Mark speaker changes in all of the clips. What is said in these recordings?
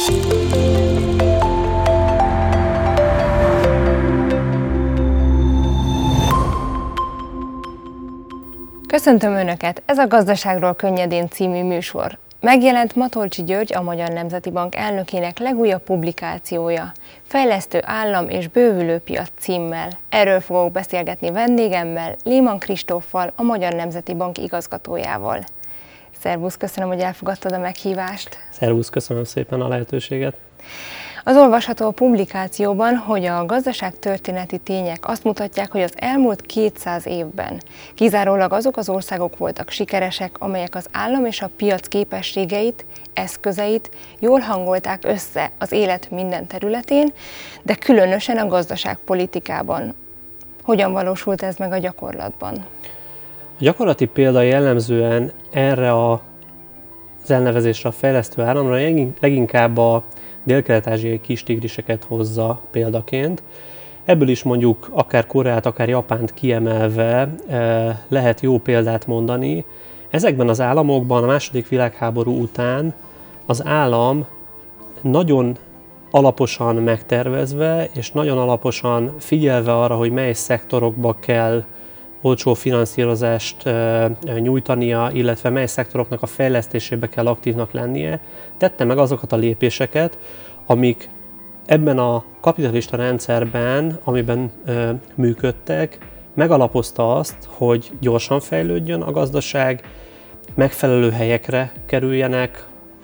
Speaker 1: Köszöntöm Önöket! Ez a Gazdaságról könnyedén című műsor. Megjelent Matolcsy György, a Magyar Nemzeti Bank elnökének legújabb publikációja, Fejlesztő állam és bővülő piac címmel. Erről fogok beszélgetni vendégemmel, Léman Kristóffal, a Magyar Nemzeti Bank igazgatójával. Szervusz, köszönöm, hogy elfogadtad a meghívást.
Speaker 2: Szervusz, köszönöm szépen a lehetőséget.
Speaker 1: Az olvasható a publikációban, hogy a gazdaságtörténeti tények azt mutatják, hogy az elmúlt 200 évben kizárólag azok az országok voltak sikeresek, amelyek az állam és a piac képességeit, eszközeit jól hangolták össze az élet minden területén, de különösen a gazdaságpolitikában. Hogyan valósult ez meg a gyakorlatban?
Speaker 2: A gyakorlati példa jellemzően erre az elnevezésre, a fejlesztő államra leginkább a dél-kelet-ázsiai kistigriseket hozza példaként. Ebből is mondjuk akár Koreát, akár Japánt kiemelve lehet jó példát mondani. Ezekben az államokban a második világháború után az állam nagyon alaposan megtervezve és nagyon alaposan figyelve arra, hogy mely szektorokba kell olcsó finanszírozást nyújtania, illetve mely szektoroknak a fejlesztésébe kell aktívnak lennie, tette meg azokat a lépéseket, amik ebben a kapitalista rendszerben, amiben működtek, megalapozta azt, hogy gyorsan fejlődjön a gazdaság, megfelelő helyekre kerüljenek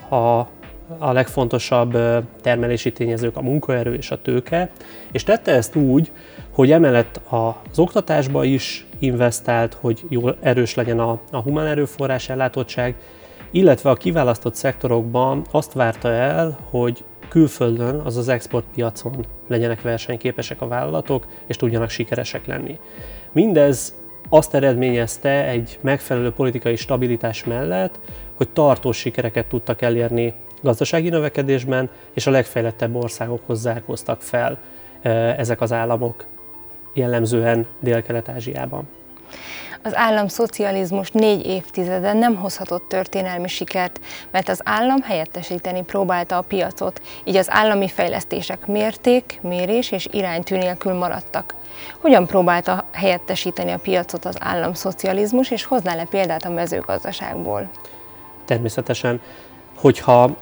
Speaker 2: a legfontosabb termelési tényezők, a munkaerő és a tőke, és tette ezt úgy, hogy emellett az oktatásba is investált, hogy jól erős legyen a humán erőforrás ellátottság, illetve a kiválasztott szektorokban azt várta el, hogy külföldön, azaz exportpiacon legyenek versenyképesek a vállalatok, és tudjanak sikeresek lenni. Mindez azt eredményezte egy megfelelő politikai stabilitás mellett, hogy tartós sikereket tudtak elérni gazdasági növekedésben, és a legfejlettebb országokhoz zárkóztak fel ezek az államok, jellemzően Dél-Kelet-Ázsiában.
Speaker 1: Az államszocializmus 4 évtizeden nem hozhatott történelmi sikert, mert az állam helyettesíteni próbálta a piacot, így az állami fejlesztések mérték, mérés és iránytű nélkül maradtak. Hogyan próbálta helyettesíteni a piacot az államszocializmus, és hozná le példát a mezőgazdaságból?
Speaker 2: Természetesen, hogyha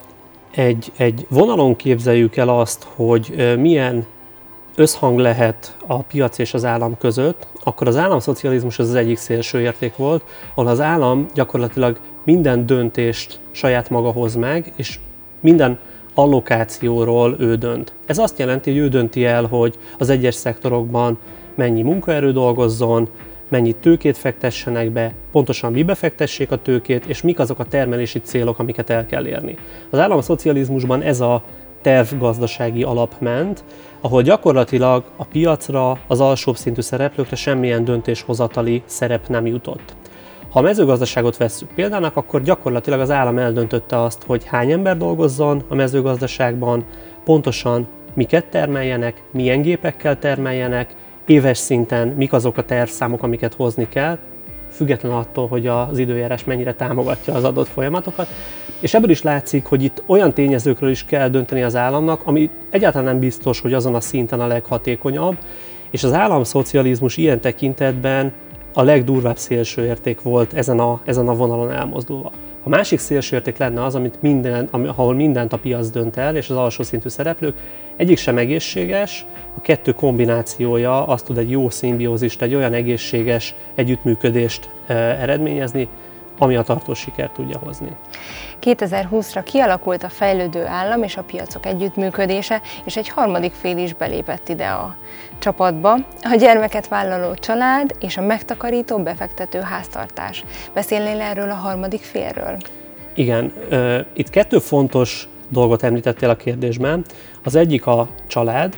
Speaker 2: egy vonalon képzeljük el azt, hogy milyen összhang lehet a piac és az állam között, akkor az államszocializmus az egyik szélső érték volt, ahol az állam gyakorlatilag minden döntést saját maga hoz meg, és minden allokációról ő dönt. Ez azt jelenti, hogy ő dönti el, hogy az egyes szektorokban mennyi munkaerő dolgozzon, mennyi tőkét fektessenek be, pontosan mibe fektessék a tőkét, és mik azok a termelési célok, amiket el kell érni. Az államszocializmusban ez a tervgazdasági alap ment, ahol gyakorlatilag a piacra, az alsóbb szintű szereplőkre semmilyen döntéshozatali szerep nem jutott. Ha a mezőgazdaságot vesszük példának, akkor gyakorlatilag az állam eldöntötte azt, hogy hány ember dolgozzon a mezőgazdaságban, pontosan miket termeljenek, milyen gépekkel termeljenek, éves szinten mik azok a tervszámok, amiket hozni kell, független attól, hogy az időjárás mennyire támogatja az adott folyamatokat. És ebből is látszik, hogy itt olyan tényezőkről is kell dönteni az államnak, ami egyáltalán nem biztos, hogy azon a szinten a leghatékonyabb, és az államszocializmus ilyen tekintetben a legdurvább szélsőérték volt ezen a vonalon elmozdulva. A másik szélsőérték lenne az, ahol mindent a piac dönt el, és az alsó szintű szereplők. Egyik sem egészséges, a kettő kombinációja azt tud egy jó szimbiózist, egy olyan egészséges együttműködést eredményezni, ami a tartós sikert tudja hozni.
Speaker 1: 2020-ra kialakult a fejlődő állam és a piacok együttműködése, és egy harmadik fél is belépett ide a csapatba, a gyermeket vállaló család és a megtakarító befektető háztartás. Beszélnél erről a harmadik félről?
Speaker 2: Igen, itt kettő fontos dolgot említettél a kérdésben. Az egyik a család,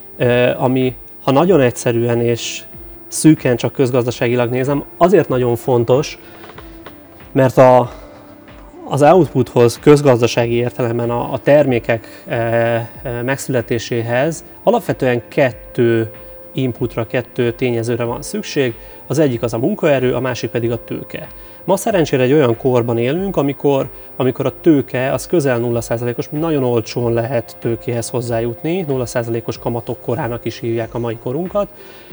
Speaker 2: ami ha nagyon egyszerűen és szűken csak közgazdaságilag nézem, azért nagyon fontos, mert az outputhoz, közgazdasági értelemben a termékek megszületéséhez alapvetően kettő inputra, 2 tényezőre van szükség, az egyik az a munkaerő, a másik pedig a tőke. Ma szerencsére egy olyan korban élünk, amikor a tőke az közel 0%-os, nagyon olcsón lehet tőkéhez hozzájutni, 0%-os kamatok korának is hívják a mai korunkat.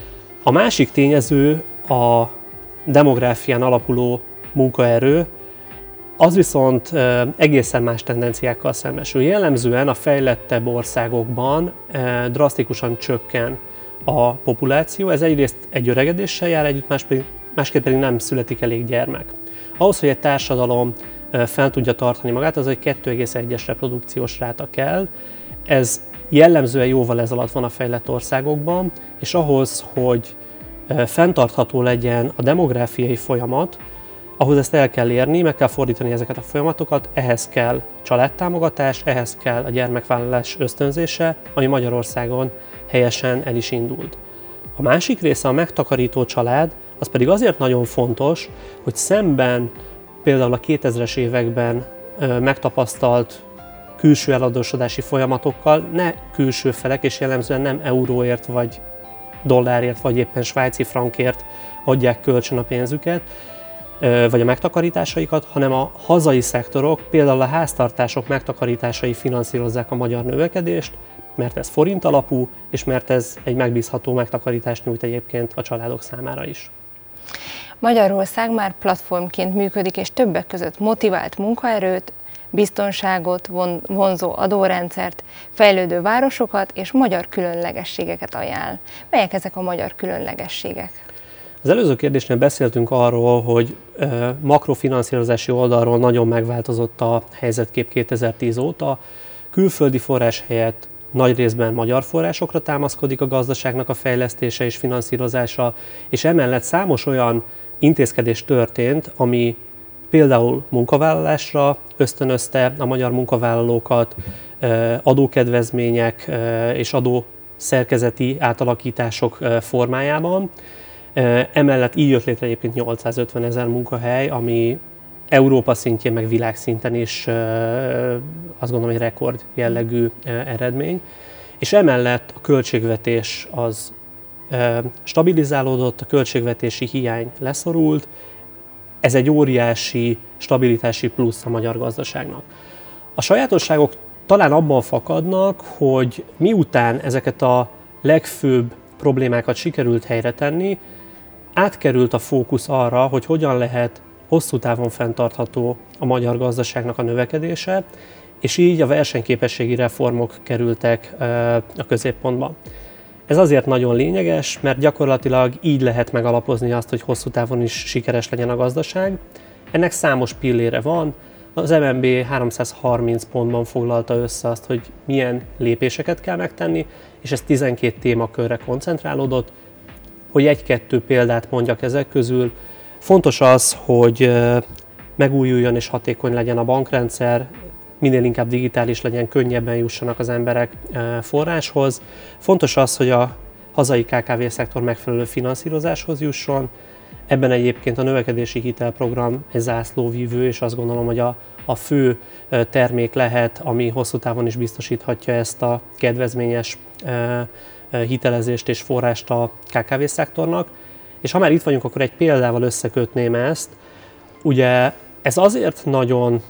Speaker 2: A másik tényező a demográfián alapuló munkaerő, az viszont egészen más tendenciákkal szembesül. Jellemzően a fejlettebb országokban drasztikusan csökken a populáció, ez egyrészt egy öregedéssel jár együtt, másképp pedig nem születik elég gyermek. Ahhoz, hogy egy társadalom fel tudja tartani magát, az egy 2,1-es reprodukciós ráta kell. Ez jellemzően jóval ez alatt van a fejlett országokban, és ahhoz, hogy fenntartható legyen a demográfiai folyamat, ahhoz ezt el kell érni, meg kell fordítani ezeket a folyamatokat, ehhez kell családtámogatás, ehhez kell a gyermekvállalás ösztönzése, ami Magyarországon helyesen el is indult. A másik része, a megtakarító család, az pedig azért nagyon fontos, hogy szemben például a 2000-es években megtapasztalt külső eladósodási folyamatokkal ne külső felek, és jellemzően nem euróért, vagy dollárért, vagy éppen svájci frankért adják kölcsön a pénzüket, vagy a megtakarításaikat, hanem a hazai szektorok, például a háztartások megtakarításai finanszírozzák a magyar növekedést, mert ez forint alapú, és mert ez egy megbízható megtakarítást nyújt egyébként a családok számára is.
Speaker 1: Magyarország már platformként működik, és többek között motivált munkaerőt, biztonságot, vonzó adórendszert, fejlődő városokat és magyar különlegességeket ajánl. Melyek ezek a magyar különlegességek?
Speaker 2: Az előző kérdésnél beszéltünk arról, hogy makrofinanszírozási oldalról nagyon megváltozott a helyzetkép 2010 óta. Külföldi forrás helyett nagy részben magyar forrásokra támaszkodik a gazdaságnak a fejlesztése és finanszírozása, és emellett számos olyan intézkedés történt, ami például munkavállalásra ösztönözte a magyar munkavállalókat, adókedvezmények és adószerkezeti átalakítások formájában. Emellett így jött létre egyébként 850 000 munkahely, ami Európa szintjén, meg világszinten is azt gondolom, egy rekord jellegű eredmény. És emellett a költségvetés az stabilizálódott, a költségvetési hiány leszorult. Ez egy óriási stabilitási plusz a magyar gazdaságnak. A sajátosságok talán abban fakadnak, hogy miután ezeket a legfőbb problémákat sikerült helyre tenni, átkerült a fókusz arra, hogy hogyan lehet hosszú távon fenntartható a magyar gazdaságnak a növekedése, és így a versenyképességi reformok kerültek a középpontba. Ez azért nagyon lényeges, mert gyakorlatilag így lehet megalapozni azt, hogy hosszú távon is sikeres legyen a gazdaság. Ennek számos pillére van. Az MNB 330 pontban foglalta össze azt, hogy milyen lépéseket kell megtenni, és ez 12 témakörre koncentrálódott. Hogy egy-kettő példát mondjak ezek közül. Fontos az, hogy megújuljon és hatékony legyen a bankrendszer, minél inkább digitális legyen, könnyebben jussanak az emberek forráshoz. Fontos az, hogy a hazai KKV-szektor megfelelő finanszírozáshoz jusson. Ebben egyébként a növekedési hitelprogram egy zászlóvívő, és azt gondolom, hogy a fő termék lehet, ami hosszú távon is biztosíthatja ezt a kedvezményes hitelezést és forrást a KKV-szektornak. És ha már itt vagyunk, akkor egy példával összekötném ezt. Ugye ez azért nagyon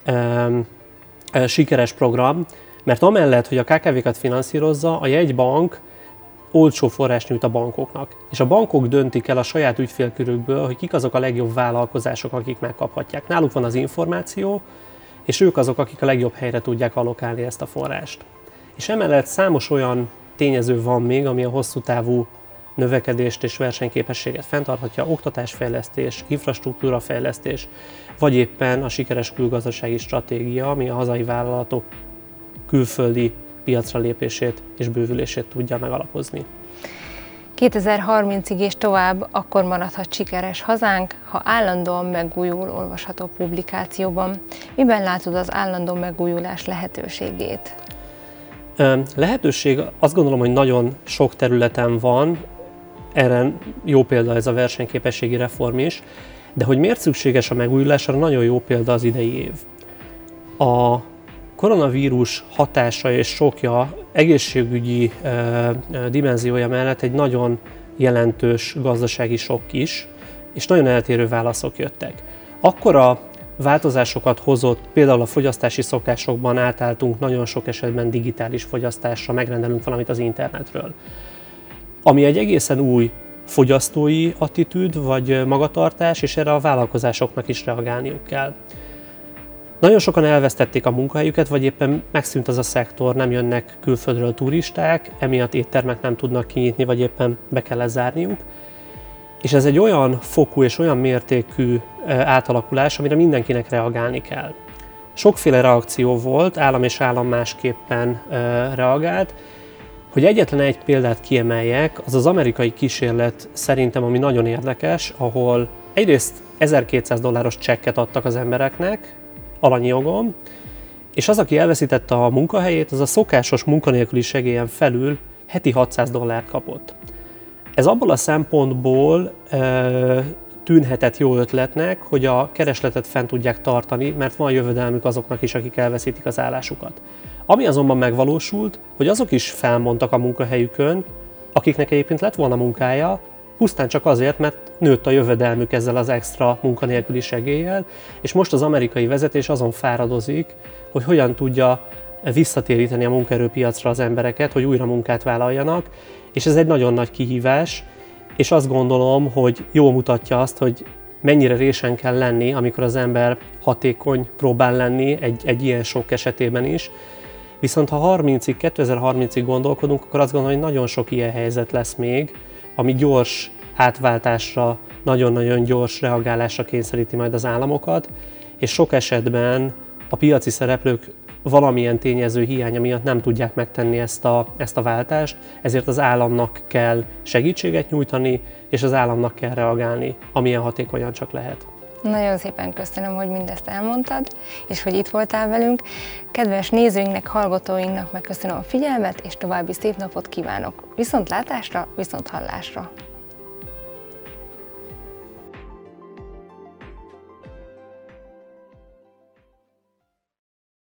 Speaker 2: sikeres program, mert amellett, hogy a KKV-kat finanszírozza, a jegybank olcsó forrást nyújt a bankoknak. És a bankok döntik el a saját ügyfélkörükből, hogy kik azok a legjobb vállalkozások, akik megkaphatják. Náluk van az információ, és ők azok, akik a legjobb helyre tudják allokálni ezt a forrást. És emellett számos olyan tényező van még, ami a hosszú távú növekedést és versenyképességet fenntarthatja, oktatásfejlesztés, infrastruktúrafejlesztés, vagy éppen a sikeres külgazdasági stratégia, ami a hazai vállalatok külföldi piacra lépését és bővülését tudja megalapozni.
Speaker 1: 2030-ig és tovább akkor maradhat sikeres hazánk, ha állandóan megújul, olvasható publikációban. Miben látod az állandó megújulás lehetőségét?
Speaker 2: Lehetőség, azt gondolom, hogy nagyon sok területen van, erre jó példa ez a versenyképességi reform is, de hogy miért szükséges a megújulás, arra nagyon jó példa az idei év. A koronavírus hatása és sokja egészségügyi dimenziója mellett egy nagyon jelentős gazdasági sokk is, és nagyon eltérő válaszok jöttek. Akkora változásokat hozott, például a fogyasztási szokásokban átálltunk nagyon sok esetben digitális fogyasztásra, megrendelünk valamit az internetről. Ami egy egészen új fogyasztói attitűd vagy magatartás, és erre a vállalkozásoknak is reagálniuk kell. Nagyon sokan elvesztették a munkahelyüket, vagy éppen megszűnt az a szektor, nem jönnek külföldről turisták, emiatt éttermek nem tudnak kinyitni, vagy éppen be kell zárniuk. És ez egy olyan fokú és olyan mértékű átalakulás, amire mindenkinek reagálni kell. Sokféle reakció volt, állam és állam másképpen reagált. Hogy egyetlen egy példát kiemeljek, az az amerikai kísérlet szerintem, ami nagyon érdekes, ahol egyrészt $1200 csekket adtak az embereknek, alanyi jogon, és az, aki elveszítette a munkahelyét, az a szokásos munkanélküli segélyen felül heti $600 kapott. Ez abból a szempontból tűnhetett jó ötletnek, hogy a keresletet fent tudják tartani, mert van jövedelmük azoknak is, akik elveszítik az állásukat. Ami azonban megvalósult, hogy azok is felmondtak a munkahelyükön, akiknek egyébként lett volna munkája, pusztán csak azért, mert nőtt a jövedelmük ezzel az extra munkanélküli segéllyel, és most az amerikai vezetés azon fáradozik, hogy hogyan tudja visszatéríteni a munkaerőpiacra az embereket, hogy újra munkát vállaljanak, és ez egy nagyon nagy kihívás, és azt gondolom, hogy jól mutatja azt, hogy mennyire résen kell lenni, amikor az ember hatékony próbál lenni egy ilyen sok esetében is. Viszont ha 2030-ig gondolkodunk, akkor azt gondolom, hogy nagyon sok ilyen helyzet lesz még, ami gyors átváltásra, nagyon-nagyon gyors reagálásra kényszeríti majd az államokat, és sok esetben a piaci szereplők valamilyen tényező hiánya miatt nem tudják megtenni ezt a váltást, ezért az államnak kell segítséget nyújtani, és az államnak kell reagálni, amilyen hatékonyan csak lehet.
Speaker 1: Nagyon szépen köszönöm, hogy mindezt elmondtad, és hogy itt voltál velünk. Kedves nézőinknek, hallgatóinknak megköszönöm a figyelmet, és további szép napot kívánok. Viszontlátásra, viszonthallásra!